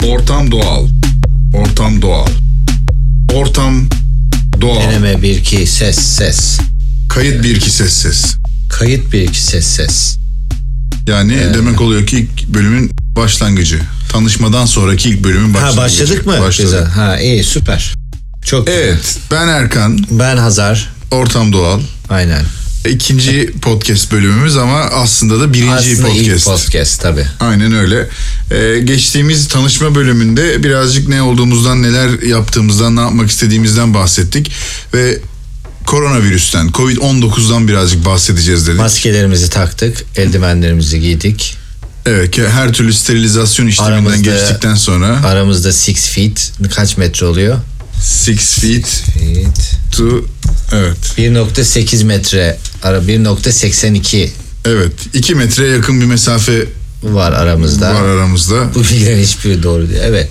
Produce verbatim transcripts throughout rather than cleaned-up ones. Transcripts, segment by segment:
Ortam doğal. Ortam doğal. Ortam doğal. Deneme bir iki ses ses. Kayıt bir iki ses ses. Kayıt bir iki ses ses. Yani ee, demek oluyor ki ilk bölümün başlangıcı. Tanışmadan sonraki ilk bölümün başlangıcı. Ha başladık mı? Başladık. Güzel. Ha iyi süper. Çok Evet güzel. Ben Erkan. Ben Hazar. Ortam doğal. Aynen. İkinci podcast bölümümüz ama aslında da birinci aslında podcast. ilk podcast tabii. Aynen öyle. Ee, geçtiğimiz tanışma bölümünde birazcık ne olduğumuzdan, neler yaptığımızdan, ne yapmak istediğimizden bahsettik. Ve koronavirüsten, covid on dokuzdan birazcık bahsedeceğiz dedik. Maskelerimizi taktık, eldivenlerimizi giydik. Evet, her türlü sterilizasyon işleminden aramızda, geçtikten sonra. Aramızda six feet, kaç metre oluyor? six feet, feet to, evet. bir nokta sekiz metre, ara bir nokta seksen iki. Evet, iki metreye yakın bir mesafe var aramızda. Var aramızda. Bu bilgilerin hiçbiri doğru değil. Evet.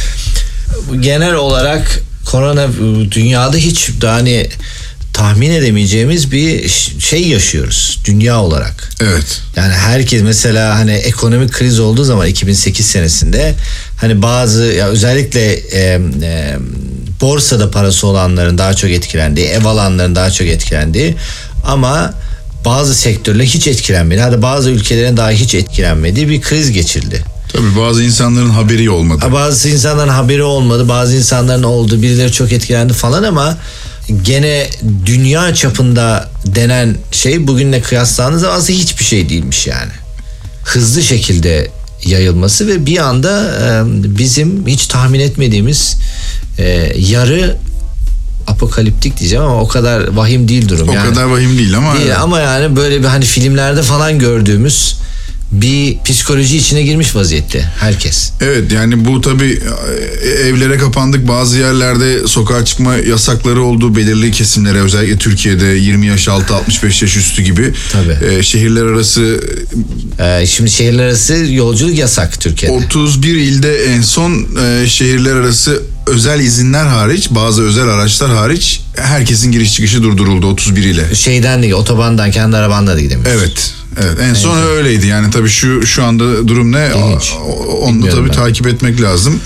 Genel olarak korona dünyada hiç daha hani tahmin edemeyeceğimiz bir şey yaşıyoruz dünya olarak. Evet. Yani herkes mesela hani ekonomik kriz olduğu zaman iki bin sekiz senesinde hani bazı ya özellikle e, e, borsada parası olanların daha çok etkilendiği, ev alanların daha çok etkilendiği ama bazı sektörler hiç etkilenmedi. Hadi bazı ülkelerin daha hiç etkilenmediği bir kriz geçirdi. Tabii bazı insanların haberi olmadı. Bazı insanların haberi olmadı. Bazı insanların oldu. Birileri çok etkilendi falan ama gene dünya çapında denen şey bugünle kıyaslandığınız zaman aslında hiçbir şey değilmiş yani. Hızlı şekilde yayılması ve bir anda bizim hiç tahmin etmediğimiz yarı apokaliptik diyeceğim ama o kadar vahim değil durum. O yani, kadar vahim değil ama. Değil, ama yani böyle bir hani filmlerde falan gördüğümüz bir psikoloji içine girmiş vaziyette herkes. Evet yani bu tabii evlere kapandık, bazı yerlerde sokağa çıkma yasakları oldu belirli kesimlere, özellikle Türkiye'de yirmi yaş altı altmış beş yaş üstü gibi. Tabii. Ee, şehirler arası ee, şimdi şehirler arası yolculuk yasak Türkiye'de. otuz bir ilde en son e, şehirler arası özel izinler hariç, bazı özel araçlar hariç herkesin giriş çıkışı durduruldu otuz bir ile. Şeyden de otobandan kendi arabanla da gidemiyorsun. Evet. Evet en son evet. öyleydi yani tabii şu şu anda durum ne? İlginç. Onu da tabii ben. takip etmek lazım.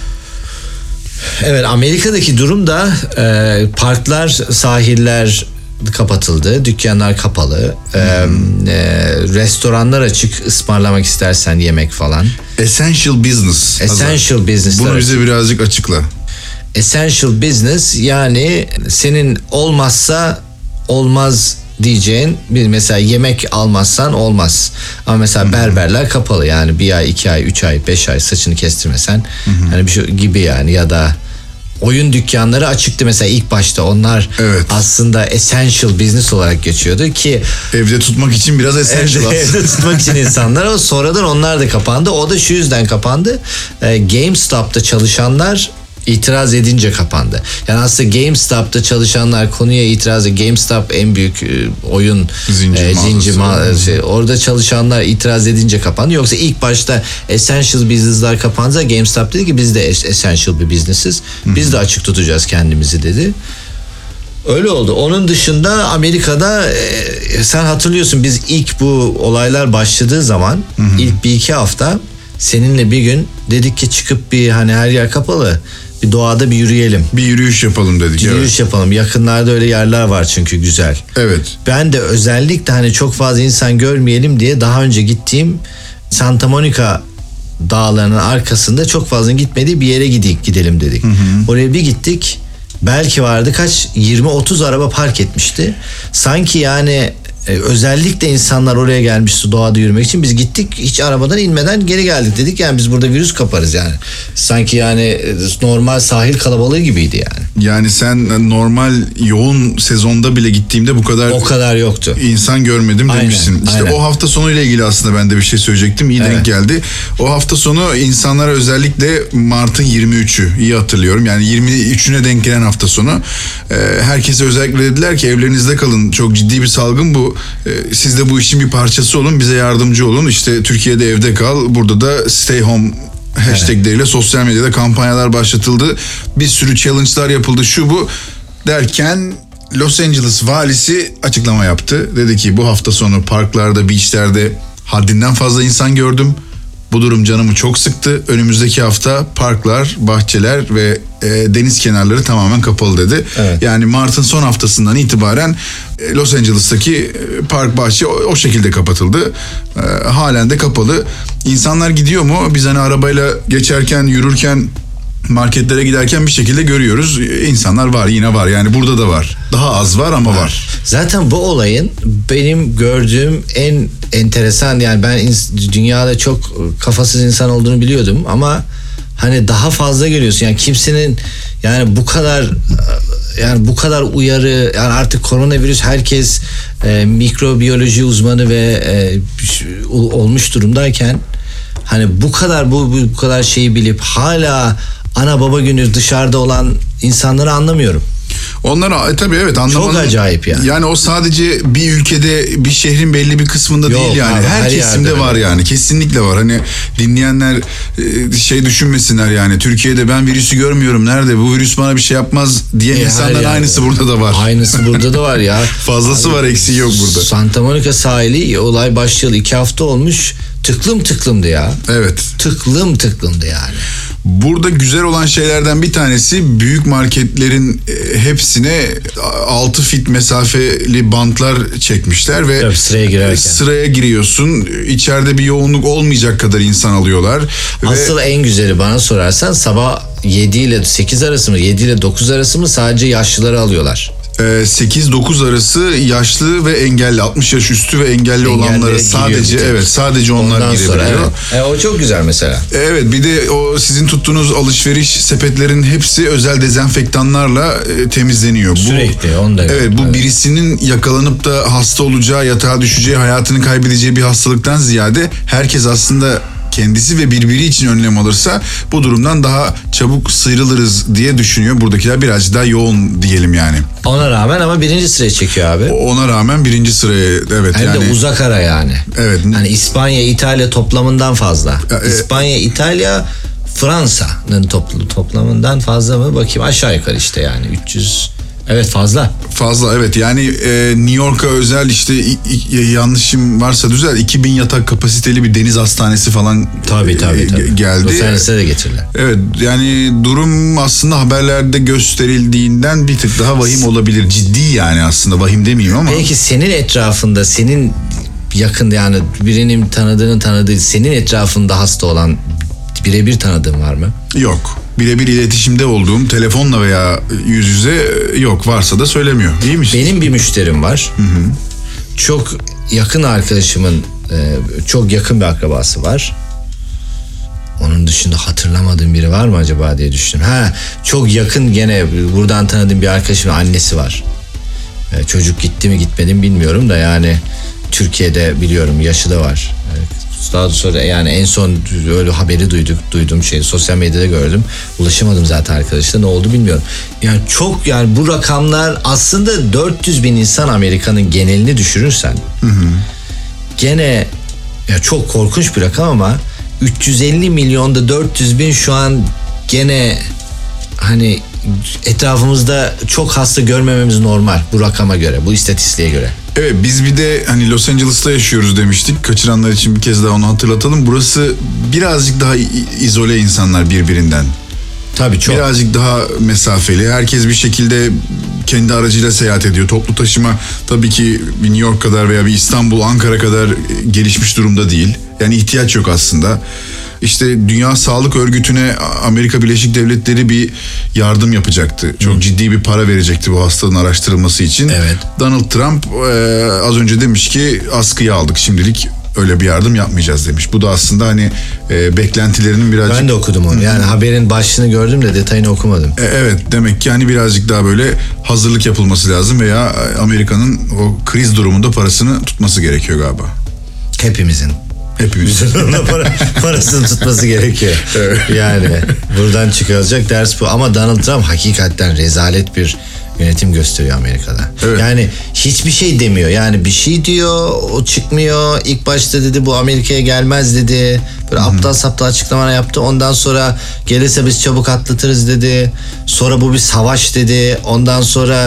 Evet, Amerika'daki durum da e, parklar, sahiller kapatıldı, dükkanlar kapalı, hmm. e, restoranlar açık, ısmarlamak istersen yemek falan. Essential business. Essential business. Bunu bize birazcık açıkla. Essential business yani senin olmazsa olmaz diyeceğin bir, mesela yemek almazsan olmaz. Ama mesela hmm. berberler kapalı yani bir ay, iki ay, üç ay, beş ay saçını kestirmesen hmm. hani bir şey gibi yani, ya da oyun dükkanları açıktı mesela ilk başta, onlar evet. aslında essential business olarak geçiyordu ki evde tutmak için biraz essential evde, evde tutmak için insanlar, ama sonradan onlar da kapandı. O da şu yüzden kapandı. GameStop'ta çalışanlar itiraz edince kapandı. Yani aslında GameStop'ta çalışanlar konuya itiraz ediyor. GameStop en büyük e, oyun zincir, e, zincir ma- şey, orada çalışanlar itiraz edince kapandı. Yoksa ilk başta essential business'lar kapandı. GameStop dedi ki biz de essential bir business'iz. Biz de açık tutacağız kendimizi dedi. Öyle oldu. Onun dışında Amerika'da e, sen hatırlıyorsun, biz ilk bu olaylar başladığı zaman hı hı. ilk bir iki hafta seninle bir gün dedik ki çıkıp bir hani her yer kapalı, bir doğada bir yürüyelim. Bir yürüyüş yapalım dedik. Bir yürüyüş evet. yapalım. Yakınlarda öyle yerler var çünkü güzel. Evet. Ben de özellikle hani çok fazla insan görmeyelim diye daha önce gittiğim Santa Monica dağlarının arkasında çok fazla gitmediği bir yere gidelim, gidelim dedik. Hı hı. Oraya bir gittik. Belki vardı kaç yirmi otuz araba park etmişti. Sanki yani Ee, özellikle insanlar oraya gelmişti doğada yürümek için. Biz gittik, hiç arabadan inmeden geri geldik, dedik yani biz burada virüs kaparız yani. Sanki yani normal sahil kalabalığı gibiydi yani. Yani sen normal yoğun sezonda bile gittiğimde bu kadar o kadar yoktu. İnsan görmedim aynen, demişsin. İşte aynen. O hafta sonuyla ilgili aslında ben de bir şey söyleyecektim. İyi evet. denk geldi. O hafta sonu insanlara özellikle Mart'ın yirmi üçü iyi hatırlıyorum. Yani yirmi üçüne denk gelen hafta sonu herkese özellikle dediler ki evlerinizde kalın. Çok ciddi bir salgın bu. Siz de bu işin bir parçası olun, bize yardımcı olun. İşte Türkiye'de evde kal, burada da stay home hashtagleriyle evet. sosyal medyada kampanyalar başlatıldı. Bir sürü challenge'lar yapıldı, şu bu derken Los Angeles valisi açıklama yaptı. Dedi ki bu hafta sonu parklarda, beachlerde haddinden fazla insan gördüm. Bu durum canımı çok sıktı. Önümüzdeki hafta parklar, bahçeler ve e, deniz kenarları tamamen kapalı dedi. Evet. Yani Mart'ın son haftasından itibaren e, Los Angeles'taki e, park, bahçe o, o şekilde kapatıldı. E, halen de kapalı. İnsanlar gidiyor mu? Biz hani arabayla geçerken, yürürken, marketlere giderken bir şekilde görüyoruz. İnsanlar var, yine var. Yani burada da var. Daha az var ama var. Zaten bu olayın benim gördüğüm en enteresan, yani ben ins- dünyada çok kafasız insan olduğunu biliyordum ama hani daha fazla görüyorsun. Yani kimsenin yani bu kadar yani bu kadar uyarı, yani artık koronavirüs herkes e, mikrobiyoloji uzmanı ve e, olmuş durumdayken hani bu kadar bu, bu bu kadar şeyi bilip hala ana baba günü dışarıda olan insanları anlamıyorum. Onlara tabii evet anlamanın. Çok acayip yani. Yani o sadece bir ülkede, bir şehrin belli bir kısmında Yok değil yani. abi, her, her kesimde yerde var öyle. yani. Kesinlikle var. Hani dinleyenler e, şey düşünmesinler yani. Türkiye'de ben virüsü görmüyorum. Nerede? Bu virüs bana bir şey yapmaz diyen E, her insanların yerde aynısı var. burada da var. Aynısı burada da var ya. Fazlası Abi, var, eksiği yok burada. Santa Monica sahili olay başlayalı iki hafta olmuş. Tıklım tıklımdı ya. Evet. Tıklım tıklımdı yani. Burada güzel olan şeylerden bir tanesi, büyük marketlerin e, hepsine altı fit mesafeli bantlar çekmişler ve Tabii, sıraya girerken. sıraya giriyorsun. İçeride bir yoğunluk olmayacak kadar insan alıyorlar. Asıl ve en güzeli bana sorarsan sabah yedi ile sekiz arası mı, yedi ile dokuz arası mı sadece yaşlıları alıyorlar. sekiz dokuz arası yaşlı ve engelli, altmış yaş üstü ve engelli, Engelli olanlara giriyor sadece bir tek. evet sadece onlar Ondan girebiliyor. sonra evet. E, o çok güzel mesela. Evet, bir de o sizin tuttuğunuz alışveriş sepetlerin hepsi özel dezenfektanlarla e, temizleniyor. Sürekli, onu da Evet, gördüm, bu evet. birisinin yakalanıp da hasta olacağı, yatağa düşeceği, hayatını kaybedeceği bir hastalıktan ziyade herkes aslında kendisi ve birbiri için önlem alırsa bu durumdan daha çabuk sıyrılırız diye düşünüyor. Buradakiler birazcık daha yoğun diyelim yani. Ona rağmen ama birinci sıraya çekiyor abi. Ona rağmen birinci sıraya, evet Hem yani. de uzak ara yani. Evet. Hani İspanya, İtalya toplamından fazla. e- İspanya, İtalya, Fransa'nın toplu toplamından fazla mı? Bakayım, aşağı yukarı işte yani üç yüz. Evet, fazla. Fazla evet, yani e, New York'a özel işte i, i, yanlışım varsa düzel, iki bin yatak kapasiteli bir deniz hastanesi falan Tabii tabii e, tabii. geldi. Los Angeles'e de getirirler. Evet, yani durum aslında haberlerde gösterildiğinden bir tık daha vahim olabilir. Ciddi yani, aslında vahim demeyeyim ama. Peki senin etrafında, senin yakın yani birinin tanıdığının tanıdığı, senin etrafında hasta olan birebir tanıdığın var mı? Yok. Birebir iletişimde olduğum, telefonla veya yüz yüze yok. Varsa da söylemiyor. İyi mi? Benim bir müşterim var. Hı hı. Çok yakın arkadaşımın e, çok yakın bir akrabası var. Onun dışında hatırlamadığım biri var mı acaba diye düşündüm. Ha, çok yakın gene buradan tanıdığım bir arkadaşımın annesi var. E, çocuk gitti mi gitmedi mi bilmiyorum da yani Türkiye'de biliyorum, yaşı da var. E, daha sonra yani en son öyle haberi duyduk, duyduğum şey sosyal medyada gördüm. Ulaşamadım zaten arkadaşla, ne oldu bilmiyorum. Yani çok, yani bu rakamlar aslında dört yüz bin insan Amerika'nın genelini düşürürsen hı hı. gene ya çok korkunç bir rakam ama üç yüz elli milyonda dört yüz bin şu an gene hani etrafımızda çok hasta görmememiz normal bu rakama göre, bu istatistiğe göre. Evet, biz bir de hani Los Angeles'ta yaşıyoruz demiştik. Kaçıranlar için bir kez daha onu hatırlatalım. Burası birazcık daha izole insanlar birbirinden. Tabii çok. Birazcık daha mesafeli. Herkes bir şekilde kendi aracıyla seyahat ediyor. Toplu taşıma tabii ki bir New York kadar veya bir İstanbul, Ankara kadar gelişmiş durumda değil. Yani ihtiyaç yok aslında. İşte Dünya Sağlık Örgütü'ne Amerika Birleşik Devletleri bir yardım yapacaktı. Çok Hı. ciddi bir para verecekti bu hastalığın araştırılması için. Evet. Donald Trump e, az önce demiş ki askıya aldık, şimdilik öyle bir yardım yapmayacağız demiş. Bu da aslında hani e, beklentilerinin birazcık... Ben de okudum onu. Yani haberin başlığını gördüm de detayını okumadım. E, evet, demek ki hani birazcık daha böyle hazırlık yapılması lazım veya Amerika'nın o kriz durumunda parasını tutması gerekiyor galiba. Hepimizin. Hepimizin. Para, parasını tutması gerekiyor. Evet. Yani buradan çıkarılacak ders bu. Ama Donald Trump hakikaten rezalet bir yönetim gösteriyor Amerika'da. Evet. Yani hiçbir şey demiyor. Yani bir şey diyor, o çıkmıyor. İlk başta dedi bu Amerika'ya gelmez dedi. Böyle Hı-hı. aptal saptal açıklamalar yaptı. Ondan sonra gelirse biz çabuk atlatırız dedi. Sonra bu bir savaş dedi. Ondan sonra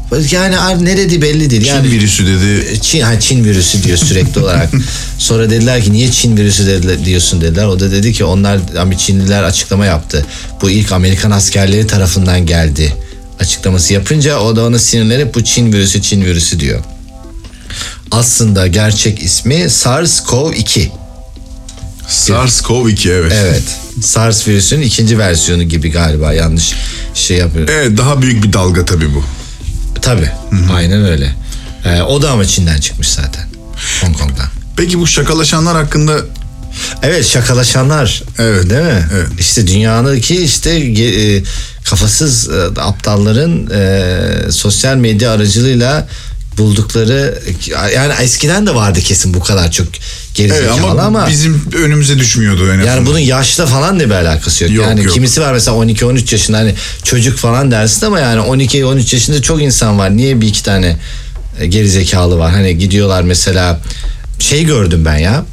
Yani ne dedi belli değil. Yani, Çin virüsü dedi. Çin, ha, Çin virüsü diyor sürekli olarak. Sonra dediler ki niye Çin virüsü dediler, diyorsun dediler. O da dedi ki onlar, yani Çinliler açıklama yaptı. Bu ilk Amerikan askerleri tarafından geldi açıklaması yapınca o da ona sinirlenip bu Çin virüsü Çin virüsü diyor. Aslında gerçek ismi SARS-CoV iki. SARS-CoV iki evet. Evet. SARS virüsünün ikinci versiyonu gibi galiba, yanlış şey yapıyor. Evet, daha büyük bir dalga tabii bu. Tabii. Hı-hı. Aynen öyle. Ee, o da ama Çin'den çıkmış zaten. Hong Kong'dan. Peki bu şakalaşanlar hakkında... Evet, şakalaşanlar. Evet. Değil mi? Evet. İşte dünyadaki işte e, kafasız e, aptalların e, sosyal medya aracılığıyla buldukları, yani eskiden de vardı kesin bu kadar çok gerizekalı evet, ama, ama bizim önümüze düşmüyordu. En yani bunun yaşla falan da bir alakası yok. yok yani yok. Kimisi var mesela on iki on üç yaşında, hani çocuk falan dersin ama yani on iki on üç yaşında çok insan var. Niye bir iki tane gerizekalı var? Hani gidiyorlar mesela, şey gördüm ben ya,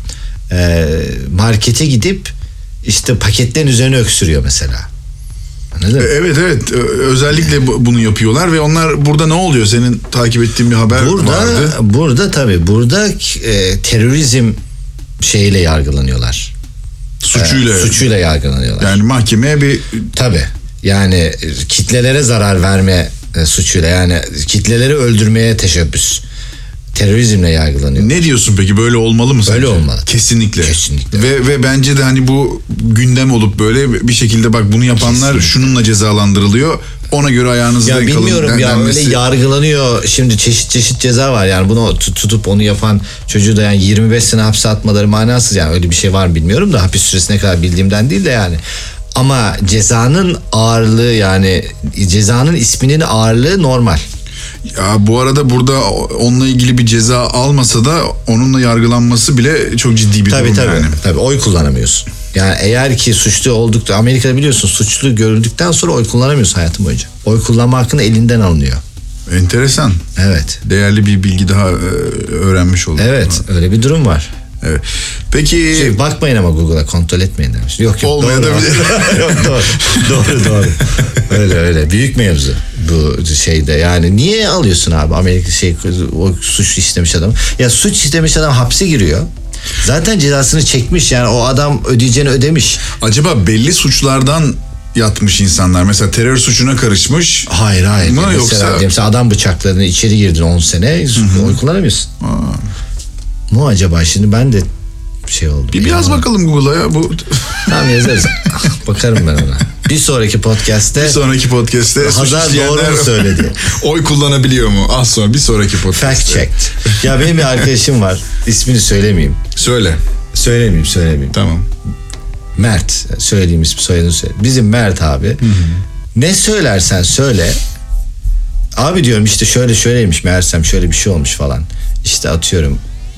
markete gidip işte paketlerin üzerine öksürüyor mesela. Anladın mı? Evet evet, özellikle bunu yapıyorlar ve onlar burada ne oluyor? Senin takip ettiğin bir haber burada, vardı. Burada tabii burada e, terörizm şeyiyle yargılanıyorlar. Suçuyla. E, suçuyla yargılanıyorlar. Yani mahkemeye bir... Tabii. Yani kitlelere zarar verme e, suçuyla, yani kitleleri öldürmeye teşebbüs. Terörizmle yargılanıyor. Ne diyorsun peki, böyle olmalı mı sence? Böyle olmalı. Kesinlikle. Kesinlikle. Ve ve bence de hani bu gündem olup böyle bir şekilde bak bunu yapanlar kesinlikle şununla cezalandırılıyor. Ona göre ayağınızı ya denk alın. Bilmiyorum ya, öyle yargılanıyor. Şimdi çeşit çeşit ceza var. Yani bunu tutup onu yapan çocuğu da yani yirmi beş sene hapse atmaları manasız. Yani öyle bir şey var mı bilmiyorum da, hapis süresi ne kadar bildiğimden değil de yani. Ama cezanın ağırlığı, yani cezanın isminin ağırlığı normal. Ya bu arada burada onunla ilgili bir ceza almasa da onunla yargılanması bile çok ciddi bir tabii, durum tabii, yani. Tabii oy kullanamıyorsun. Yani eğer ki suçlu oldukta, Amerika'da biliyorsun suçlu görüldükten sonra oy kullanamıyorsun hayatın boyunca. Oy kullanma hakkını elinden alınıyor. Enteresan. Evet. Değerli bir bilgi daha öğrenmiş olduk. Evet, ama öyle bir durum var. Evet. Peki şey, bakmayın ama Google'a, kontrol etmeyin demiş. Yok yok. Olmayabilir. Yok doğru. doğru doğru. Öyle öyle. Büyük mevzu bu şeyde. Yani niye alıyorsun abi Amerika şey, o suç işlemiş adam? Ya suç işlemiş adam hapse giriyor. Zaten cezasını çekmiş, yani o adam ödeyeceğini ödemiş. Acaba belli suçlardan yatmış insanlar, mesela terör suçuna karışmış. Hayır hayır. Mı, mesela, yoksa mesela adam bıçaklarını içeri girdin on sene, hı-hı, oy kullanamıyorsun. Aa. Mu acaba, şimdi ben de şey oldu. Bir biraz bakalım Google'a ya bu. Tamam, yazarız. Bakarım ben ona. Bir sonraki podcast'te. Bir sonraki podcast'te Hazar doğru mu söyledi? Oy kullanabiliyor mu? Az sonra bir sonraki podcast'te. Fact checked. Ya benim bir arkadaşım var. İsmini söylemeyeyim. Söyle. Söylemeyeyim, söylemeyeyim. Tamam. Mert. Söylediğim ismi, soyadını söyle. Bizim Mert abi. Hı hı. Ne söylersen söyle. Abi diyorum işte şöyle şöyleymiş meğersem, şöyle bir şey olmuş falan. İşte atıyorum.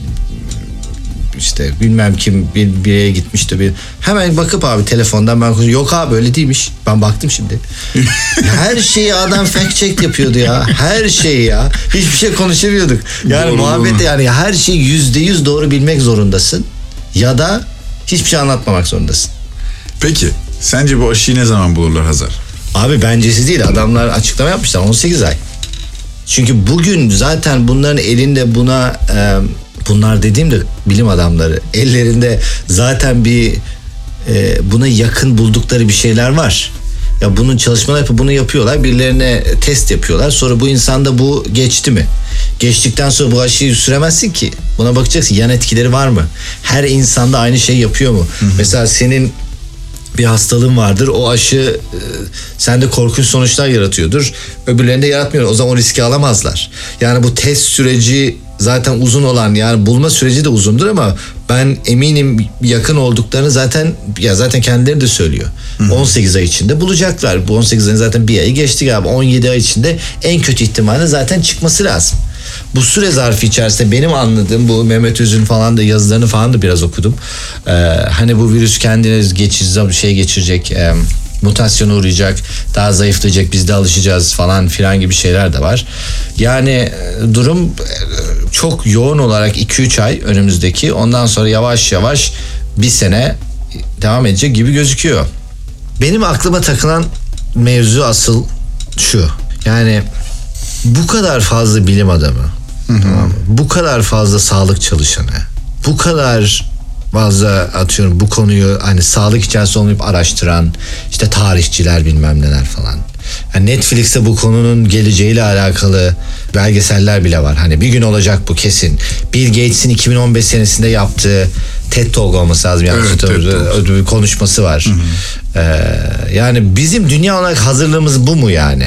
İşte bilmem kim bir, bir yere gitmişti, bir hemen bakıp abi telefondan ben konuşuyorum. Yok abi öyle değilmiş. Ben baktım şimdi. Her şeyi adam fact check yapıyordu ya. Her şeyi ya. Hiçbir şey konuşamıyorduk. Yani doğru, muhabbet yani her şeyi yüzde yüz doğru bilmek zorundasın. Ya da hiçbir şey anlatmamak zorundasın. Peki sence bu aşıyı ne zaman bulurlar Hazar? Abi bencesi değil. Adamlar açıklama yapmışlar on sekiz ay. Çünkü bugün zaten bunların elinde buna e, bunlar dediğimde bilim adamları ellerinde zaten bir e, buna yakın buldukları bir şeyler var. Ya bunun çalışmalar yapıp bunu yapıyorlar. Birilerine test yapıyorlar. Sonra bu insanda bu geçti mi? Geçtikten sonra bu aşıyı süremezsin ki. Buna bakacaksın. Yan etkileri var mı? Her insanda aynı şey yapıyor mu? Hı hı. Mesela senin bir hastalığın vardır. O aşı e, sende korkunç sonuçlar yaratıyordur. Öbürlerinde yaratmıyor. O zaman o riski alamazlar. Yani bu test süreci zaten uzun olan, yani bulma süreci de uzundur ama ben eminim yakın olduklarını zaten ya zaten kendileri de söylüyor. Hı-hı. on sekiz ay içinde bulacaklar. Bu on sekiz ayın zaten bir ayı geçti galiba. on yedi ay içinde en kötü ihtimalle zaten çıkması lazım. Bu süre zarfı içerisinde benim anladığım, bu Mehmet Öz'ün falan da yazılarını falan da biraz okudum. Ee, hani bu virüs kendine geçici bir şey geçirecek, e, mutasyona uğrayacak, daha zayıflayacak, biz de alışacağız falan filan gibi şeyler de var. Yani durum çok yoğun olarak iki üç ay önümüzdeki, ondan sonra yavaş yavaş bir sene devam edecek gibi gözüküyor. Benim aklıma takılan mevzu asıl şu. Yani bu kadar fazla bilim adamı, tamam mı? Bu kadar fazla sağlık çalışanı, bu kadar fazla atıyorum bu konuyu hani sağlık içerisinde olmayıp araştıran işte tarihçiler bilmem neler falan. Yani Netflix'te bu konunun geleceğiyle alakalı belgeseller bile var. Hani bir gün olacak bu kesin. Bill Gates'in iki bin on beş senesinde yaptığı TED Talk olması lazım. Yani Evet, öyle bir konuşması var. Ee, yani bizim dünya olarak hazırlığımız bu mu yani?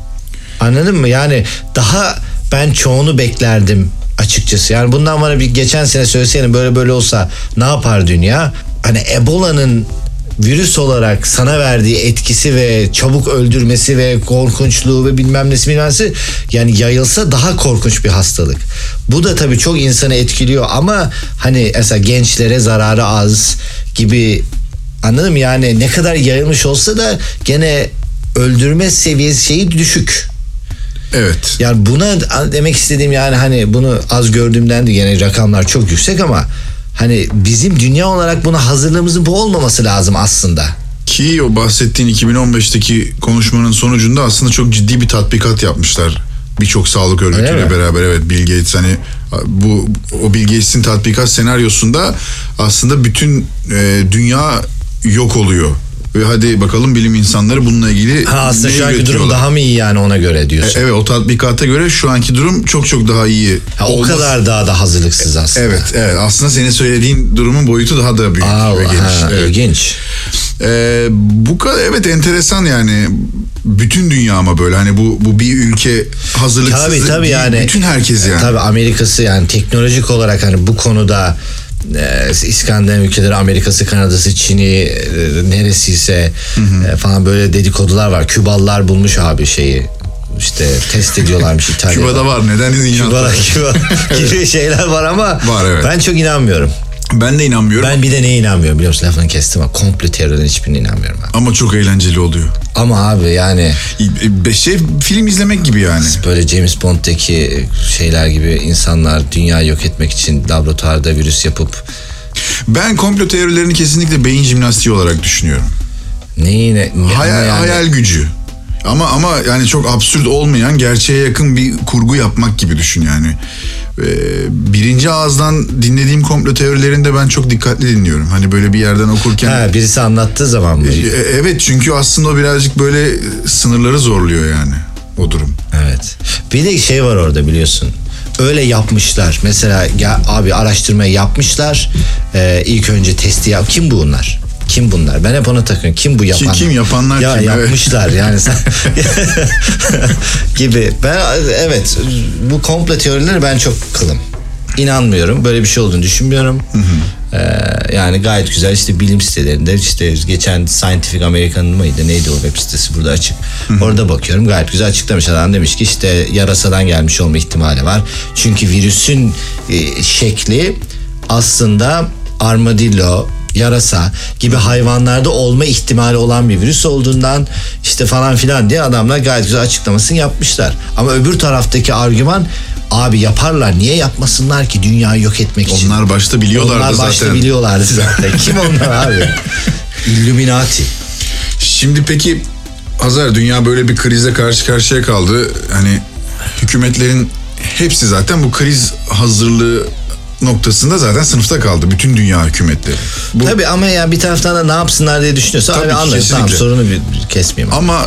Anladın mı? Yani daha ben çoğunu beklerdim açıkçası. Yani bundan bana bir geçen sene söyleseydim böyle böyle olsa ne yapar dünya? Hani Ebola'nın virüs olarak sana verdiği etkisi ve çabuk öldürmesi ve korkunçluğu ve bilmem nesi bilmem nesi yani yayılsa daha korkunç bir hastalık. Bu da tabii çok insanı etkiliyor ama hani mesela gençlere zararı az gibi, anladın mı? Yani ne kadar yayılmış olsa da gene öldürme seviyesi şeyi düşük. Evet. Yani buna demek istediğim yani hani bunu az gördüğümden de gene rakamlar çok yüksek ama hani bizim dünya olarak buna hazırlığımızın bu olmaması lazım aslında. Ki o bahsettiğin iki bin on beşteki konuşmanın sonucunda aslında çok ciddi bir tatbikat yapmışlar. Birçok sağlık örgütüyle beraber. Evet, Bill Gates hani bu o Bill Gates'in tatbikat senaryosunda aslında bütün e, dünya yok oluyor. Ve hadi bakalım bilim insanları bununla ilgili ha, aslında ne şu anki üretiyorlar? durum daha mı iyi yani ona göre diyorsun? E, evet, o tatbikata göre şu anki durum çok çok daha iyi. Ha, o Olmaz. kadar daha da hazırlıksız aslında. Evet, evet. Aslında senin söylediğin durumun boyutu daha da büyük Aa, ve geniş. ha, Evet. İlginç. Ee, bu kadar evet enteresan yani bütün dünya ama böyle hani bu bu bir ülke hazırlıksız Tabii tabii değil, yani. bütün herkes yani. Tabii Amerika'sı yani teknolojik olarak hani bu konuda e, İskandinav ülkeleri, Amerika'sı, Kanada'sı, Çin'i e, neresiyse e, falan böyle dedikodular var. Kübalılar bulmuş abi şeyi. İşte test ediyorlarmış İtalya'da. Küba'da var, neden Küba'da Küba gibi şeyler var ama var, evet. Ben çok inanmıyorum. Ben de inanmıyorum. Ben bir de neye inanmıyorum biliyor musun? Lafını kestim ama komplo teorilerine hiçbirine inanmıyorum abi. Ama çok eğlenceli oluyor. Ama abi yani Be- şey film izlemek gibi yani. böyle James Bond'daki şeyler gibi insanlar dünyayı yok etmek için laboratuvarda virüs yapıp Ben komplo teorilerini kesinlikle beyin jimnastiği olarak düşünüyorum. neyi ne, ne Hayal, yani, hayal gücü. Ama ama yani çok absürt olmayan, gerçeğe yakın bir kurgu yapmak gibi düşün yani. Ee, birinci ağızdan dinlediğim komplo teorilerinde ben çok dikkatli dinliyorum. Hani böyle bir yerden okurken. Ha, birisi anlattığı zaman mı? E, evet, çünkü aslında o birazcık böyle sınırları zorluyor yani o durum. Evet. Bir de şey var orada biliyorsun. Öyle yapmışlar. Mesela ya, abi araştırmayı yapmışlar. Ee, ilk önce testi yap. Kim bunlar? Kim bunlar? Ben hep ona takıyorum. Kim bu yapan? Kim, kim yapanlar ya, kim? yapmışlar yani sen gibi. Ben evet bu komplo teorileri ben çok kılım. İnanmıyorum. Böyle bir şey olduğunu düşünmüyorum. Hı hı. Ee, yani gayet güzel işte bilim sitelerinde işte geçen Scientific American mıydı neydi o web sitesi burada açık. Hı hı. Orada bakıyorum gayet güzel açıklamış, adam demiş ki işte yarasadan gelmiş olma ihtimali var. Çünkü virüsün e, şekli aslında armadillo, yarasa gibi hayvanlarda olma ihtimali olan bir virüs olduğundan işte falan filan diye adamlar gayet güzel açıklamasını yapmışlar. Ama öbür taraftaki argüman abi yaparlar, niye yapmasınlar ki dünyayı yok etmek için? Onlar başta biliyorlardı onlar zaten. Onlar başta biliyorlardı zaten. Kim onlar abi? Illuminati. Şimdi peki Hazar, dünya böyle bir krizle karşı karşıya kaldı. Hani hükümetlerin hepsi zaten bu kriz hazırlığı noktasında zaten sınıfta kaldı. Bütün dünya hükümetleri. Bu... Tabii ama ya bir taraftan da ne yapsınlar diye düşünüyorsa Tabii abi ki, anlarım. Tamam, sorunu bir, bir kesmeyeyim. Ama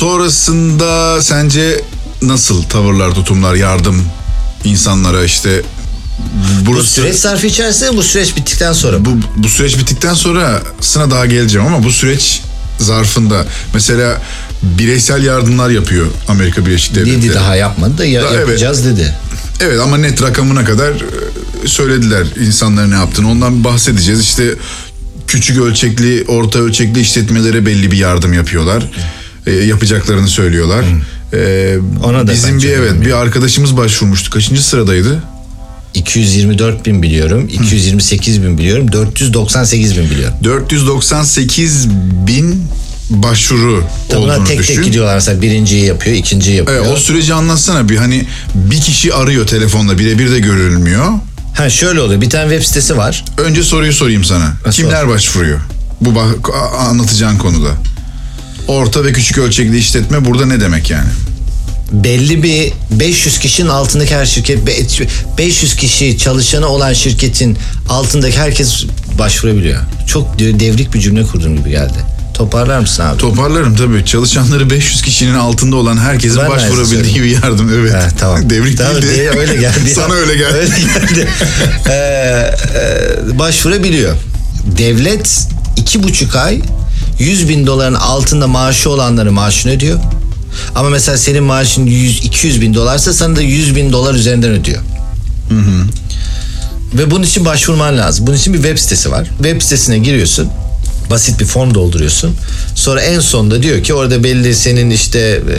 sonrasında sence nasıl tavırlar, tutumlar, yardım insanlara işte burası... Bu süreç zarfı içerisinde bu süreç bittikten sonra. Bu, bu süreç bittikten sonra sana daha geleceğim ama bu süreç zarfında mesela bireysel yardımlar yapıyor Amerika Birleşik Devletleri. Dedi daha yapmadı da ya, Daha, yapacağız evet. dedi. Evet ama net rakamına kadar söylediler insanların ne yaptığını. Ondan bahsedeceğiz. İşte küçük ölçekli, orta ölçekli işletmelere belli bir yardım yapıyorlar. E, yapacaklarını söylüyorlar. E, Ona da bizim bir evet bir arkadaşımız başvurmuştu. Kaçıncı sıradaydı? iki yüz yirmi dört bin biliyorum. iki yüz yirmi sekiz bin biliyorum. dört yüz doksan sekiz bin biliyorum. dört yüz doksan sekiz bin başvuru Tabii olduğunu tek düşün. tek gidiyorlar, mesela birinciyi yapıyor, ikinciyi yapıyor. Evet, o süreci anlatsana bir, hani bir kişi arıyor telefonla, birebir de görülmüyor. Ha şöyle oluyor, bir tane web sitesi var. Önce soruyu sorayım sana. Nasıl Kimler var? başvuruyor? Bu bah- anlatacağın konuda. Orta ve küçük ölçekli işletme burada ne demek yani? belli bir beş yüz kişinin altındaki her şirket, beş yüz kişi çalışanı olan şirketin altındaki herkes başvurabiliyor. Çok devrik bir cümle kurdum gibi geldi. Toparlar mısın abi? Toparlarım tabii. Çalışanları beş yüz kişinin altında olan herkesin Ben başvurabildiği bir yardım. Evet. Ha, tamam. Devrik tamam, değil de. Öyle geldi. Sana öyle geldi. Öyle geldi. ee, e, başvurabiliyor. Devlet iki buçuk ay yüz bin doların altında maaşı olanların maaşını ödüyor. Ama mesela senin maaşın yüz iki yüz bin dolarsa sana da yüz bin dolar üzerinden ödüyor. Hı hı. Ve bunun için başvurman lazım. Bunun için bir web sitesi var. Web sitesine giriyorsun. Basit bir form dolduruyorsun. Sonra en sonunda diyor ki orada belli senin işte e,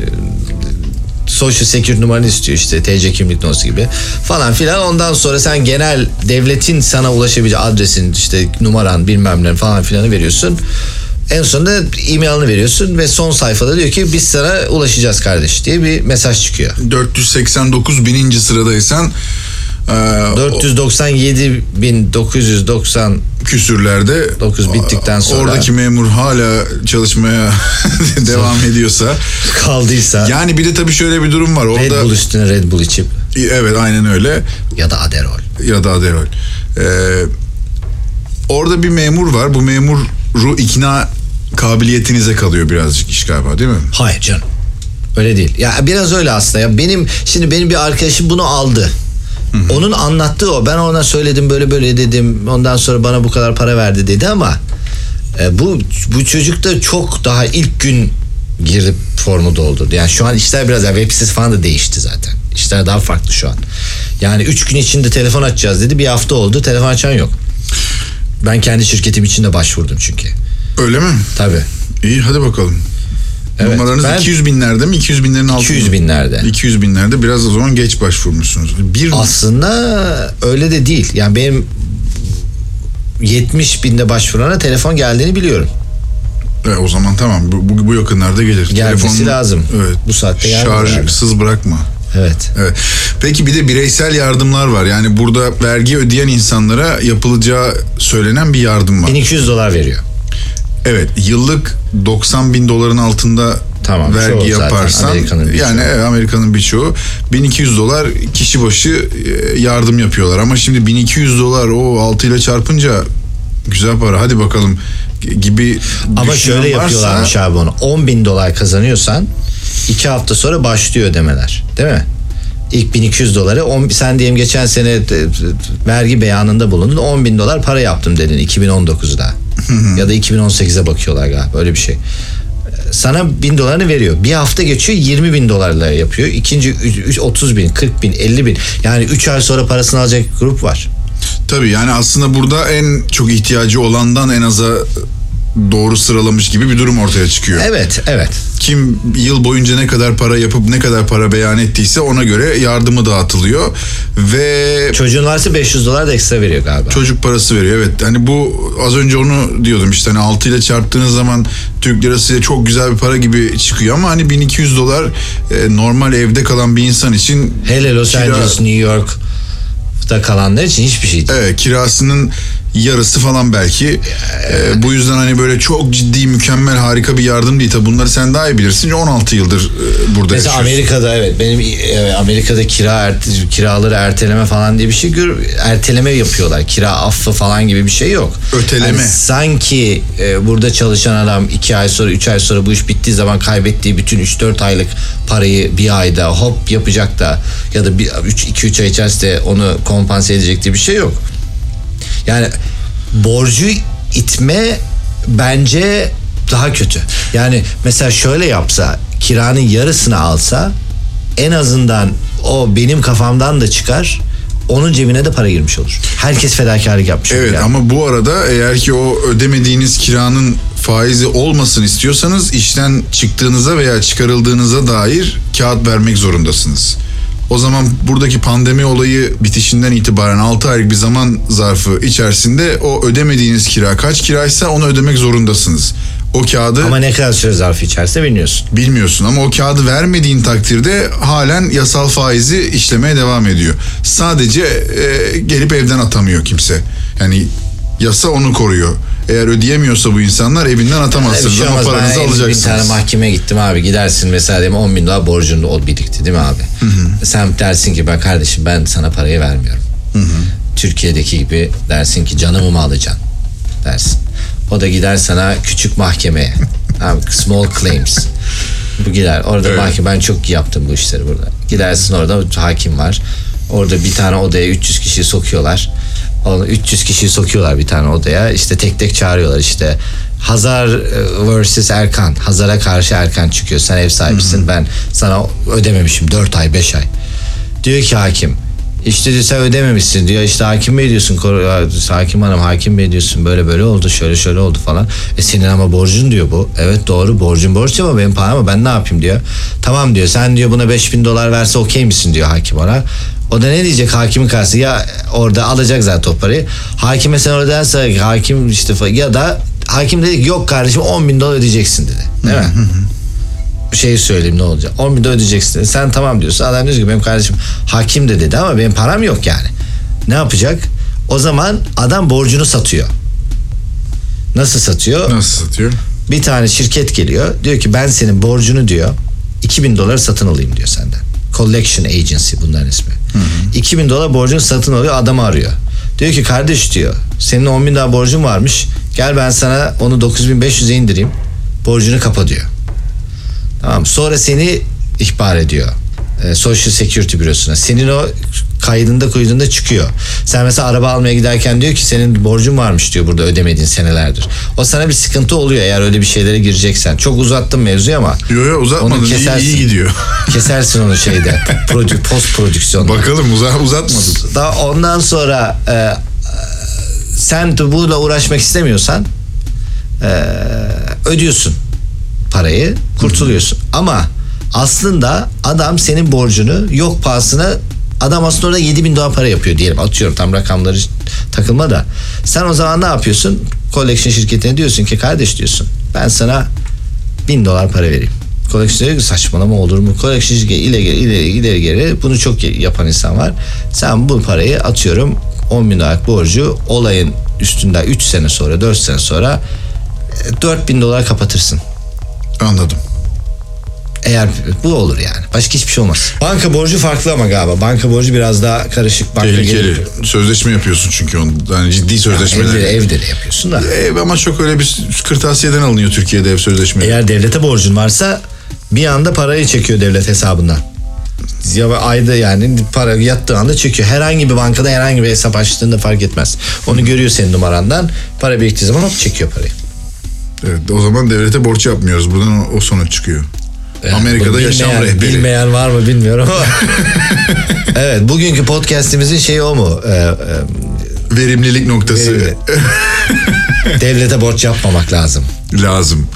social security numaranı istiyor, işte T C kimlik numarası gibi falan filan. Ondan sonra sen genel devletin sana ulaşabileceği adresin, işte numaran, bilmem ne falan filanı veriyorsun. En sonunda e-mailini veriyorsun ve son sayfada diyor ki biz sana ulaşacağız kardeş diye bir mesaj çıkıyor. dört yüz seksen dokuz bininci sıradaysan dört yüz doksan yedi bin dokuz yüz doksan küsürlerde dokuz bittikten sonra oradaki memur hala çalışmaya devam ediyorsa, kaldıysa, yani bir de tabii şöyle bir durum var. Orada Red Bull üstüne Red Bull içip, evet aynen öyle, ya da Adderall ya da Adderall. Ee, orada bir memur var. Bu memuru ikna kabiliyetinize kalıyor birazcık iş galiba, değil mi? Hayır canım. Öyle değil. Ya biraz öyle aslında. Ya benim şimdi benim bir arkadaşım bunu aldı. Hı hı. Onun anlattığı o. Ben ona söyledim, böyle böyle dedim. Ondan sonra bana bu kadar para verdi dedi ama e, bu bu çocuk da çok daha ilk gün girip formu doldurdu. Yani şu an işler biraz, yani web sitesi falan da değişti zaten. İşler daha farklı şu an. Yani üç gün içinde telefon açacağız dedi. Bir hafta oldu. Telefon açan yok. Ben kendi şirketim için de başvurdum çünkü. Öyle mi? Tabii. İyi, hadi bakalım. Evet, numaranız ben, iki yüz binlerde mi? iki yüz binlerin altında. iki yüz binlerde. iki yüz binlerde biraz o zaman geç başvurmuşsunuz. Bir... Aslında öyle de değil. Yani benim yetmiş binde başvurana telefon geldiğini biliyorum. E, o zaman tamam. Bu, bu, bu yakınlarda gelir. Gelmesi Telefonun, lazım. Evet. Bu saatte gelmez. Şarjsız bırakma. Evet. Evet. Peki bir de bireysel yardımlar var. Yani burada vergi ödeyen insanlara yapılacağı söylenen bir yardım var. bin iki yüz dolar veriyor. Evet. Yıllık doksan bin doların altında tamam, vergi yaparsan, Amerika'nın yani evet, Amerika'nın birçoğu bin iki yüz dolar kişi başı yardım yapıyorlar. Ama şimdi bin iki yüz dolar o altı ile çarpınca güzel para, hadi bakalım gibi. Ama şöyle varsa... yapıyorlarmış abi onu. on bin dolar kazanıyorsan iki hafta sonra başlıyor ödemeler. Değil mi? İlk bin iki yüz doları on, sen diyelim geçen sene vergi beyanında bulundun, on bin dolar para yaptım dedin iki bin on dokuzda. Ya da iki bin on sekize bakıyorlar galiba, öyle bir şey. Sana bin dolarını veriyor. Bir hafta geçiyor, yirmi bin dolarla yapıyor. İkinci otuz bin, kırk bin, elli bin. Yani üç ay sonra parasını alacak grup var. Tabii yani aslında burada en çok ihtiyacı olandan en aza doğru sıralamış gibi bir durum ortaya çıkıyor. Evet, evet. Kim yıl boyunca ne kadar para yapıp ne kadar para beyan ettiyse ona göre yardımı dağıtılıyor ve çocuğun varsa beş yüz dolar da ekstra veriyor galiba. Çocuk parası veriyor, evet. Hani bu az önce onu diyordum işte, hani altı ile çarptığınız zaman Türk lirası çok güzel bir para gibi çıkıyor ama hani bin iki yüz dolar e, normal evde kalan bir insan için, hele Los kira... Angeles, New York'ta kalanlar için hiçbir şey değil. Evet, kirasının yarısı falan belki. Ee, bu yüzden hani böyle çok ciddi, mükemmel, harika bir yardım değil. Tabii bunları sen daha iyi bilirsin. on altı yıldır e, burada mesela yaşıyorsun. Amerika'da evet benim e, Amerika'da kira erte, kiraları erteleme falan diye bir şey gör, erteleme yapıyorlar. Kira affı falan gibi bir şey yok. Öteleme. Yani sanki e, burada çalışan adam iki ay sonra, üç ay sonra bu iş bittiği zaman kaybettiği bütün üç dört aylık parayı bir ayda hop yapacak da ya da iki üç ay içerisinde onu kompanse edecek diye bir şey yok. Yani borcu itme bence daha kötü. Yani mesela şöyle yapsa, kiranın yarısını alsa en azından o benim kafamdan da çıkar, onun cebine de para girmiş olur. Herkes fedakarlık yapmış olur. Evet yani. Ama bu arada eğer ki o ödemediğiniz kiranın faizi olmasın istiyorsanız işten çıktığınıza veya çıkarıldığınıza dair kağıt vermek zorundasınız. O zaman buradaki pandemi olayı bitişinden itibaren altı aylık bir zaman zarfı içerisinde o ödemediğiniz kira kaç kiraysa onu ödemek zorundasınız. O kağıdı... Ama ne kadar süre zarfı içerisinde bilmiyorsun. Bilmiyorsun ama o kağıdı vermediğin takdirde halen yasal faizi işlemeye devam ediyor. Sadece e, gelip evden atamıyor kimse. Yani yasa onu koruyor. Eğer ödeyemiyorsa bu insanlar evinden atamazsınız şey ama olmaz. paranızı Ben alacaksınız. bin tane mahkemeye gittim abi, gidersin mesela diyelim on bin dolar borcun o birikti değil mi abi? Hı hı. Sen dersin ki ben kardeşim ben sana parayı vermiyorum. Hı hı. Türkiye'deki gibi dersin ki canımı mı alacaksın dersin. O da gider sana küçük mahkemeye. Abi, small claims. Bu gider orada evet. Mahkeme, ben çok yaptım bu işleri burada. Gidersin orada hakim var. Orada bir tane odaya üç yüz kişiyi sokuyorlar. Onu üç yüz kişiyi sokuyorlar bir tane odaya. İşte tek tek çağırıyorlar işte. Hazar versus Erkan. Hazar'a karşı Erkan çıkıyor. Sen ev sahibisin. Hı-hı. Ben sana ödememişim dört ay beş ay. Diyor ki hakim, İşte diyor sen ödememişsin diyor. İşte hakim bey diyorsun. Hakim hanım, hakim bey diyorsun. Böyle böyle oldu, şöyle şöyle oldu falan. E senin ama borcun diyor bu. Evet doğru, borcun borç ama benim param ama ben ne yapayım diyor. Tamam diyor, sen diyor buna beş bin dolar verse okey misin diyor hakim ona. O da ne diyecek hakimin karşısında? Ya orada alacak zaten o parayı. Hakime sen orada derse hakim işte ya da hakim dedi ki yok kardeşim on bin dolar ödeyeceksin dedi. Değil mi? Bir şeyi söyleyeyim ne olacak? on bin dolar ödeyeceksin dedi. Sen tamam diyorsun. Adam diyor ki benim kardeşim hakim de dedi ama benim param yok yani. Ne yapacak? O zaman adam borcunu satıyor. Nasıl satıyor? Nasıl satıyor? Bir tane şirket geliyor. Diyor ki ben senin borcunu diyor iki bin dolar satın alayım diyor senden. Collection Agency bunların ismi. Hı hı. iki bin dolar borcunu satın alıyor, adamı arıyor. Diyor ki kardeş diyor senin on bin dolar borcun varmış. Gel ben sana onu dokuz bin beş yüze indireyim. Borcunu kapa diyor. Tamam. Sonra seni ihbar ediyor. E, Social Security bürosuna. Senin o kaydında koyduğunda çıkıyor. Sen mesela araba almaya giderken diyor ki senin borcun varmış diyor burada ödemediğin senelerdir. O sana bir sıkıntı oluyor eğer öyle bir şeylere gireceksen. Çok uzattım mevzuyu ama. Yok yok uzatmadın. İyi, iyi gidiyor. Kesersin onu şeyde. Produ- post prodüksiyonda. Bakalım uza- uzatmadın. Daha ondan sonra e, sen bununla uğraşmak istemiyorsan e, ödüyorsun parayı, kurtuluyorsun. Hı-hı. Ama aslında adam senin borcunu yok pahasına, adam aslında orada yedi bin dolar para yapıyor diyelim, atıyorum, tam rakamları takılma da. Sen o zaman ne yapıyorsun? Collection şirketine diyorsun ki kardeş diyorsun ben sana bin dolar para vereyim. Collection diyor ki saçmalama olur mu? Collection şirketi ileri ileri ileri geri bunu çok yapan insan var. Sen bu parayı atıyorum on bin dolar borcu olayın üstünde üç sene sonra dört sene sonra dört bin dolar kapatırsın. Anladım. Eğer bu olur yani. Başka hiçbir şey olmaz. Banka borcu farklı ama galiba. Banka borcu biraz daha karışık. Banka tehlikeli. Gelir. Sözleşme yapıyorsun çünkü onu. Yani ciddi sözleşmeler. Yani evde, evde de yapıyorsun da. Ev ama çok öyle bir kırtasiyeden alınıyor Türkiye'de ev sözleşmeleri. Eğer devlete borcun varsa bir anda parayı çekiyor devlet hesabından. Ya ayda yani para yattığı anda çekiyor. Herhangi bir bankada herhangi bir hesap açtığında fark etmez. Onu görüyor senin numarandan. Para biriktiği zaman hop çekiyor parayı. Evet, o zaman devlete borç yapmıyoruz. Buradan o, o sonuç çıkıyor. Yani Amerika'da bilmeyen, yaşam rehberi. Bilmeyen var mı bilmiyorum ama. Evet, bugünkü podcastimizin şeyi o mu? Ee, e, Verimlilik noktası. Verimli. Devlete borç yapmamak lazım. Lazım.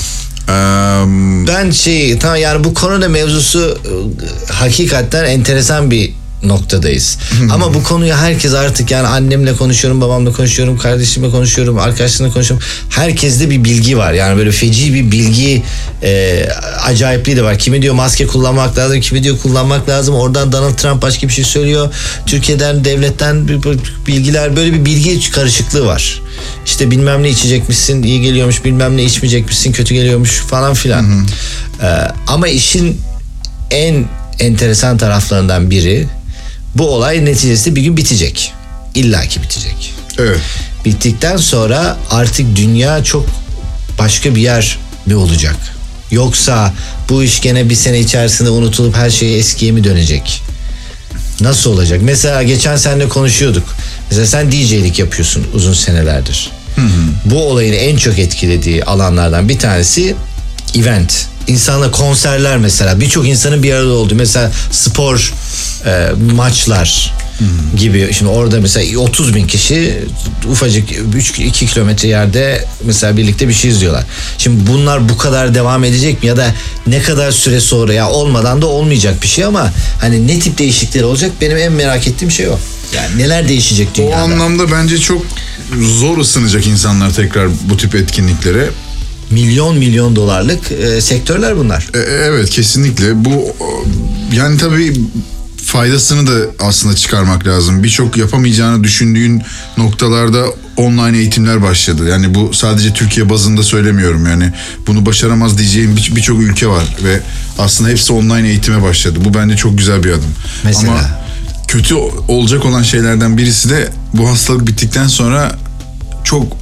Um, Ben şey tamam yani bu konuda mevzusu hakikaten enteresan bir noktadayız. Ama bu konuyu herkes artık yani annemle konuşuyorum, babamla konuşuyorum, kardeşimle konuşuyorum, arkadaşlarımla konuşuyorum. Herkeste bir bilgi var. Yani böyle feci bir bilgi e, acayipliği de var. Kimi diyor maske kullanmak lazım, kimi diyor kullanmak lazım. Oradan Donald Trump başka bir şey söylüyor. Türkiye'den, devletten bilgiler, böyle bir bilgi karışıklığı var. İşte bilmem ne içecekmişsin, iyi geliyormuş, bilmem ne içmeyecekmişsin, kötü geliyormuş falan filan. Ee, ama işin en enteresan taraflarından biri, bu olay neticesinde bir gün bitecek. İlla ki bitecek. Evet. Bittikten sonra artık dünya çok başka bir yer mi olacak? Yoksa bu iş gene bir sene içerisinde unutulup her şey eskiye mi dönecek? Nasıl olacak? Mesela geçen seninle konuşuyorduk. Mesela sen D J'lik yapıyorsun uzun senelerdir. Hı hı. Bu olayın en çok etkilediği alanlardan bir tanesi event. İnsanlar, konserler mesela. Birçok insanın bir arada olduğu. Mesela spor e, maçlar hmm. gibi. Şimdi orada mesela otuz bin kişi ufacık üç iki kilometre yerde mesela birlikte bir şey izliyorlar. Şimdi bunlar bu kadar devam edecek mi? Ya da ne kadar süre sonra, ya olmadan da olmayacak bir şey ama hani ne tip değişiklikler olacak? Benim en merak ettiğim şey o. Yani neler değişecek dünyada? O anlamda bence çok zor ısınacak insanlar tekrar bu tip etkinliklere. Milyon milyon dolarlık e, sektörler bunlar. E, evet kesinlikle. Bu yani tabii faydasını da aslında çıkarmak lazım. Birçok yapamayacağını düşündüğün noktalarda online eğitimler başladı. Yani bu sadece Türkiye bazında söylemiyorum. Yani bunu başaramaz diyeceğim bir- birçok ülke var ve aslında hepsi online eğitime başladı. Bu bence çok güzel bir adım. Mesela? Ama kötü olacak olan şeylerden birisi de bu hastalık bittikten sonra çok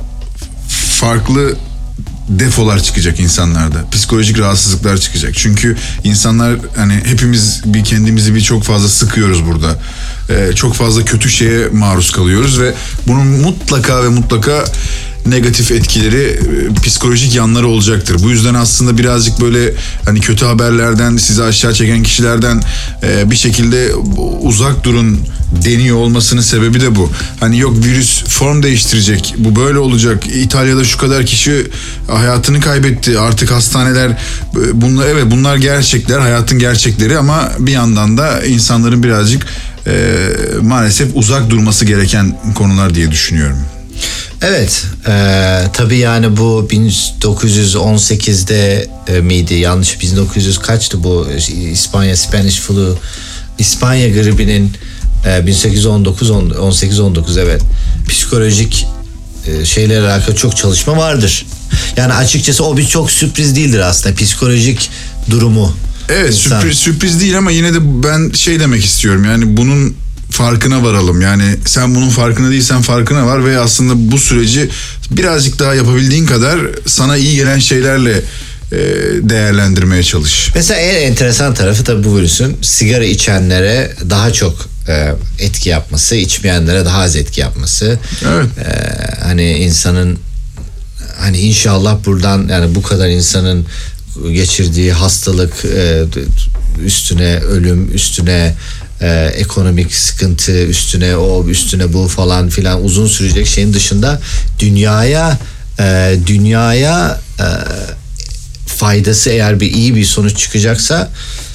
farklı defolar çıkacak insanlarda. Psikolojik rahatsızlıklar çıkacak. Çünkü insanlar hani hepimiz bir kendimizi bir çok fazla sıkıyoruz burada. Ee, çok fazla kötü şeye maruz kalıyoruz ve bunun mutlaka ve mutlaka negatif etkileri, e, psikolojik yanları olacaktır. Bu yüzden aslında birazcık böyle hani kötü haberlerden, sizi aşağı çeken kişilerden e, bir şekilde uzak durun deniyor olmasının sebebi de bu. Hani yok virüs form değiştirecek, bu böyle olacak. İtalya'da şu kadar kişi hayatını kaybetti. Artık hastaneler e, bunlar evet bunlar gerçekler, hayatın gerçekleri ama bir yandan da insanların birazcık e, maalesef uzak durması gereken konular diye düşünüyorum. Evet, e, tabii yani bu bin dokuz yüz on sekizde e, miydi? Yanlış bin dokuz yüz kaçtı bu İspanya Spanish flu, İspanya gribinin e, bin sekiz yüz on dokuz on sekiz on dokuz evet psikolojik e, şeylerle alakalı çok çalışma vardır. Yani açıkçası o bir çok sürpriz değildir aslında psikolojik durumu. Evet İnsan. sürpriz, sürpriz değil ama yine de ben şey demek istiyorum yani bunun farkına varalım. Yani sen bunun farkına değilsen farkına var ve aslında bu süreci birazcık daha yapabildiğin kadar sana iyi gelen şeylerle e, değerlendirmeye çalış. Mesela en enteresan tarafı tabii bu virüsün sigara içenlere daha çok e, etki yapması, içmeyenlere daha az etki yapması. Evet. E, hani insanın hani inşallah buradan yani bu kadar insanın geçirdiği hastalık e, üstüne ölüm üstüne e, ekonomik sıkıntı üstüne o üstüne bu falan filan uzun sürecek şeyin dışında dünyaya e, dünyaya e, faydası eğer bir iyi bir sonuç çıkacaksa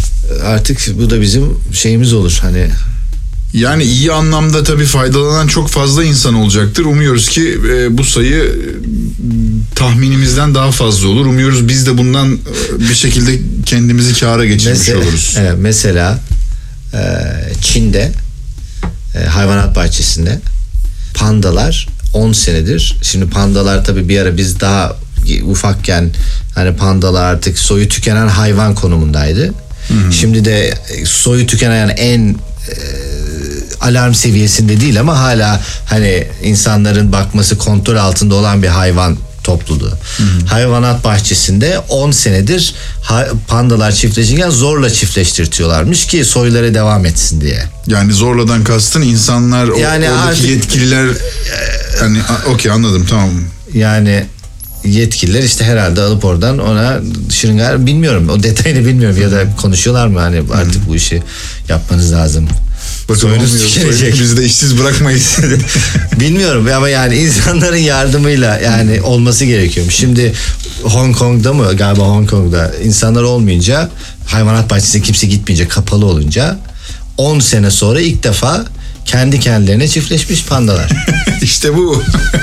artık bu da bizim şeyimiz olur hani. Yani iyi anlamda tabii faydalanan çok fazla insan olacaktır. Umuyoruz ki e, bu sayı e, tahminimizden daha fazla olur. Umuyoruz biz de bundan e, bir şekilde kendimizi kâra geçirmiş mesela, oluruz. Evet, mesela e, Çin'de e, hayvanat bahçesinde pandalar on senedir. Şimdi pandalar tabii bir ara biz daha ufakken hani pandalar artık soyu tükenen hayvan konumundaydı. Hı-hı. Şimdi de soyu tükenen yani en e, alarm seviyesinde değil ama hala hani insanların bakması kontrol altında olan bir hayvan topluluğu. Hı-hı. Hayvanat bahçesinde on senedir ha, pandalar çiftleşirken zorla çiftleştirtiyorlarmış ki soyları devam etsin diye. Yani zorladan kastın insanlar yani oradaki artık, yetkililer hani okey anladım tamam. Yani yetkililer işte herhalde alıp oradan ona şırıngar bilmiyorum o detayını bilmiyorum ya da konuşuyorlar mı hani artık hmm. bu işi yapmanız lazım. Bakın biz de işsiz bırakmayız. Bilmiyorum ama yani insanların yardımıyla yani olması gerekiyormuş. Şimdi Hong Kong'da mı galiba Hong Kong'da insanlar olmayınca hayvanat bahçesine kimse gitmeyince kapalı olunca on sene sonra ilk defa kendi kendilerine çiftleşmiş pandalar. İşte bu.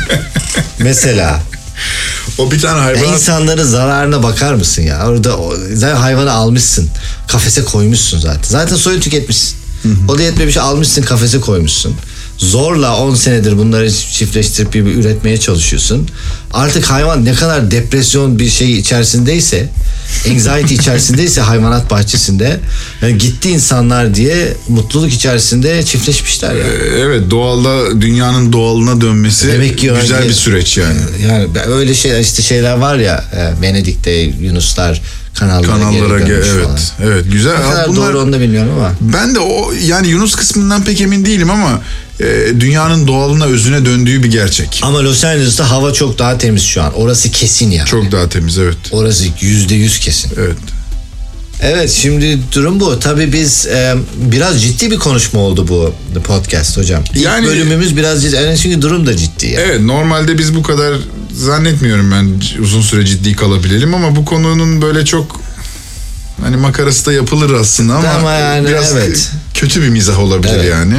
Mesela o bir tane hayvan. Ya insanların zararına bakar mısın ya? Orada o, zaten hayvanı almışsın. Kafese koymuşsun zaten. Zaten soyu tüketmişsin. Hı hı. O da yetmemiş almışsın kafese koymuşsun. Zorla on senedir bunları çiftleştirip bir, bir üretmeye çalışıyorsun. Artık hayvan ne kadar depresyon bir şey içerisindeyse, anxiety içerisindeyse hayvanat bahçesinde yani gitti insanlar diye mutluluk içerisinde çiftleşmişler yani. Evet doğalda dünyanın doğalına dönmesi demek ki güzel önce, bir süreç yani. Yani öyle şey işte şeyler var ya Venedik'te Yunuslar kanallara, kanallara geri ge- evet. falan. Evet güzel. Ne kadar bunlar, doğru onu da bilmiyorum ama. Ben de o yani Yunus kısmından pek emin değilim ama e, dünyanın doğalına özüne döndüğü bir gerçek. Ama Los Angeles'ta hava çok daha temiz şu an. Orası kesin yani. Çok daha temiz evet. Orası yüzde yüz kesin. Evet. Evet şimdi durum bu. Tabii biz e, biraz ciddi bir konuşma oldu bu podcast hocam. İlk yani, bölümümüz biraz ciddi. Yani çünkü durum da ciddi. Yani. Evet normalde biz bu kadar zannetmiyorum ben uzun süre ciddi kalabilelim ama bu konunun böyle çok hani makarası da yapılır aslında ama, ama yani, biraz evet. kötü bir mizah olabilir evet. yani.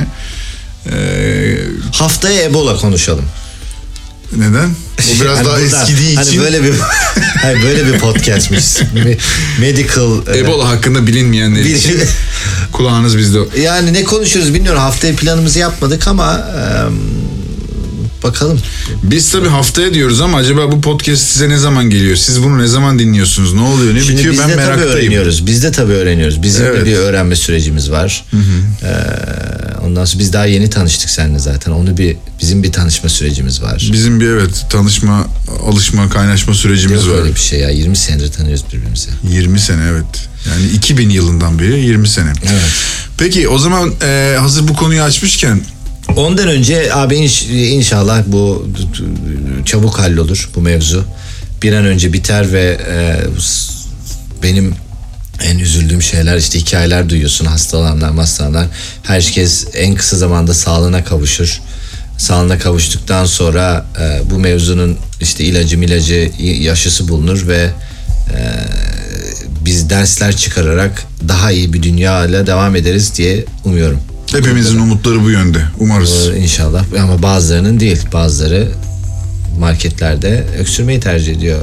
Ee, Haftaya Ebola konuşalım. Neden? O biraz yani daha buradan, eskidiği hani için. Böyle bir hayır böyle bir podcastmiş. Medical Ebola e, hakkında bilinmeyenler bil- için kulağınız bizde. Yani ne konuşuruz bilmiyorum. Haftaya planımızı yapmadık ama e, bakalım. Biz tabii haftaya diyoruz ama acaba bu podcast size ne zaman geliyor? Siz bunu ne zaman dinliyorsunuz? Ne oluyor? Ne Şimdi bitiyor? biz Ben de tabii meraktayım. öğreniyoruz. Biz de tabii öğreniyoruz. Bizim Evet. de bir öğrenme sürecimiz var. Hı hı. Ee, ondan sonra biz daha yeni tanıştık seninle zaten. Onu bir bizim bir tanışma sürecimiz var. Bizim bir evet tanışma, alışma, kaynaşma sürecimiz Yok var. öyle bir şey ya. yirmi senedir tanıyoruz birbirimizi. yirmi sene evet. Yani iki bin yılından beri yirmi sene. Evet. Peki o zaman e, hazır bu konuyu açmışken Ondan önce abi inş- inşallah bu çabuk hallolur bu mevzu. Bir an önce biter ve e, benim en üzüldüğüm şeyler işte hikayeler duyuyorsun, hastalananlar, hastalananlar. Herkes en kısa zamanda sağlığına kavuşur. Sağlığına kavuştuktan sonra e, bu mevzunun işte ilacı milacı aşısı bulunur ve e, biz dersler çıkararak daha iyi bir dünya ile devam ederiz diye umuyorum. hepimizin umutları bu yönde. Umarız. Ee, İnşallah ama bazılarının değil, bazıları marketlerde öksürmeyi tercih ediyor.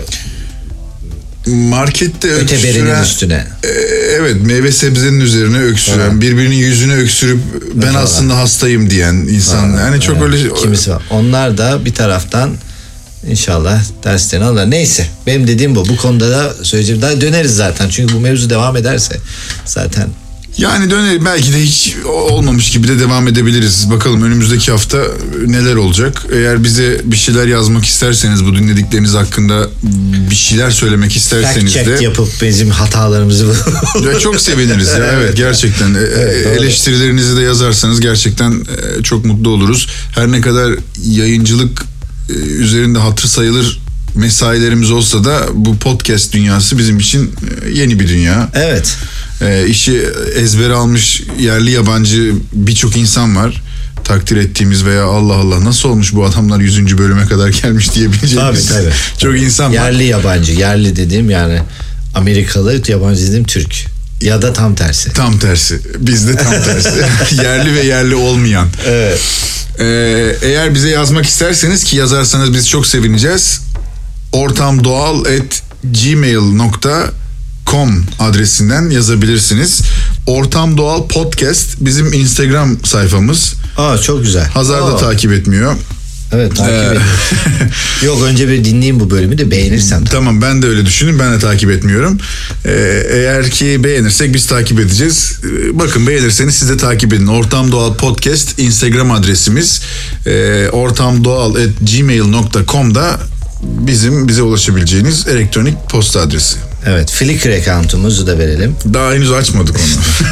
Markette Öteberinin öksüren, üstüne. e, evet meyve sebzenin üzerine öksüren, Evet. birbirinin yüzüne öksürüp ben Falan. aslında hastayım diyen insan. Aa, Yani çok evet. öyle Kimisi var. Onlar da bir taraftan inşallah derslerini alırlar. Neyse benim dediğim bu. Bu konuda da söyleyeceğim. Daha döneriz zaten. Çünkü bu mevzu devam ederse zaten. Yani döner belki de hiç olmamış gibi de devam edebiliriz. Bakalım önümüzdeki hafta neler olacak. Eğer bize bir şeyler yazmak isterseniz bu dinledikleriniz hakkında bir şeyler söylemek Fact isterseniz check de yapıp bizim hatalarımızı ya çok seviniriz ya. Evet gerçekten. Evet, doğru. Eleştirilerinizi de yazarsanız gerçekten e, çok mutlu oluruz. Her ne kadar yayıncılık e, üzerinde hatır sayılır mesailerimiz olsa da bu podcast dünyası bizim için e, yeni bir dünya. Evet. E, işi ezbere almış yerli yabancı birçok insan var. Takdir ettiğimiz veya Allah Allah nasıl olmuş bu adamlar yüzüncü bölüme kadar gelmiş diyebileceğimiz Tabii, tabii. çok insan var. Yerli yabancı. Yerli dediğim yani Amerikalı, yabancı dediğim Türk. Ya da tam tersi. Tam tersi. Bizde tam tersi. Yerli ve yerli olmayan. Evet. Ee, eğer bize yazmak isterseniz ki yazarsanız biz çok sevineceğiz. ortamdoğal at gmail nokta com adresinden yazabilirsiniz. Ortam Doğal Podcast bizim Instagram sayfamız. Aa çok güzel. Hazar da Aa. takip etmiyor. Evet takip Ee, ediyorum. Yok önce bir dinleyeyim bu bölümü de beğenirsem. Tamam ben de öyle düşündüm. Ben de takip etmiyorum. Ee, eğer ki beğenirsek biz takip edeceğiz. Ee, bakın beğenirseniz siz de takip edin. Ortam Doğal Podcast Instagram adresimiz. Ee, ortamdoğal at gmail nokta com'da bizim bize ulaşabileceğiniz elektronik posta adresi. Evet, Flickr account'umuzu da verelim. Daha henüz açmadık onu.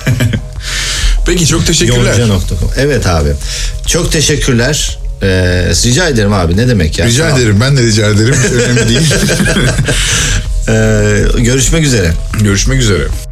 Peki çok teşekkürler. yonca nokta com. Evet abi. Çok teşekkürler. Ee, rica ederim abi. Ne demek ya? Rica Sağ ol. ederim. Ben de rica ederim. Önemli değil. Ee, görüşmek üzere. Görüşmek üzere.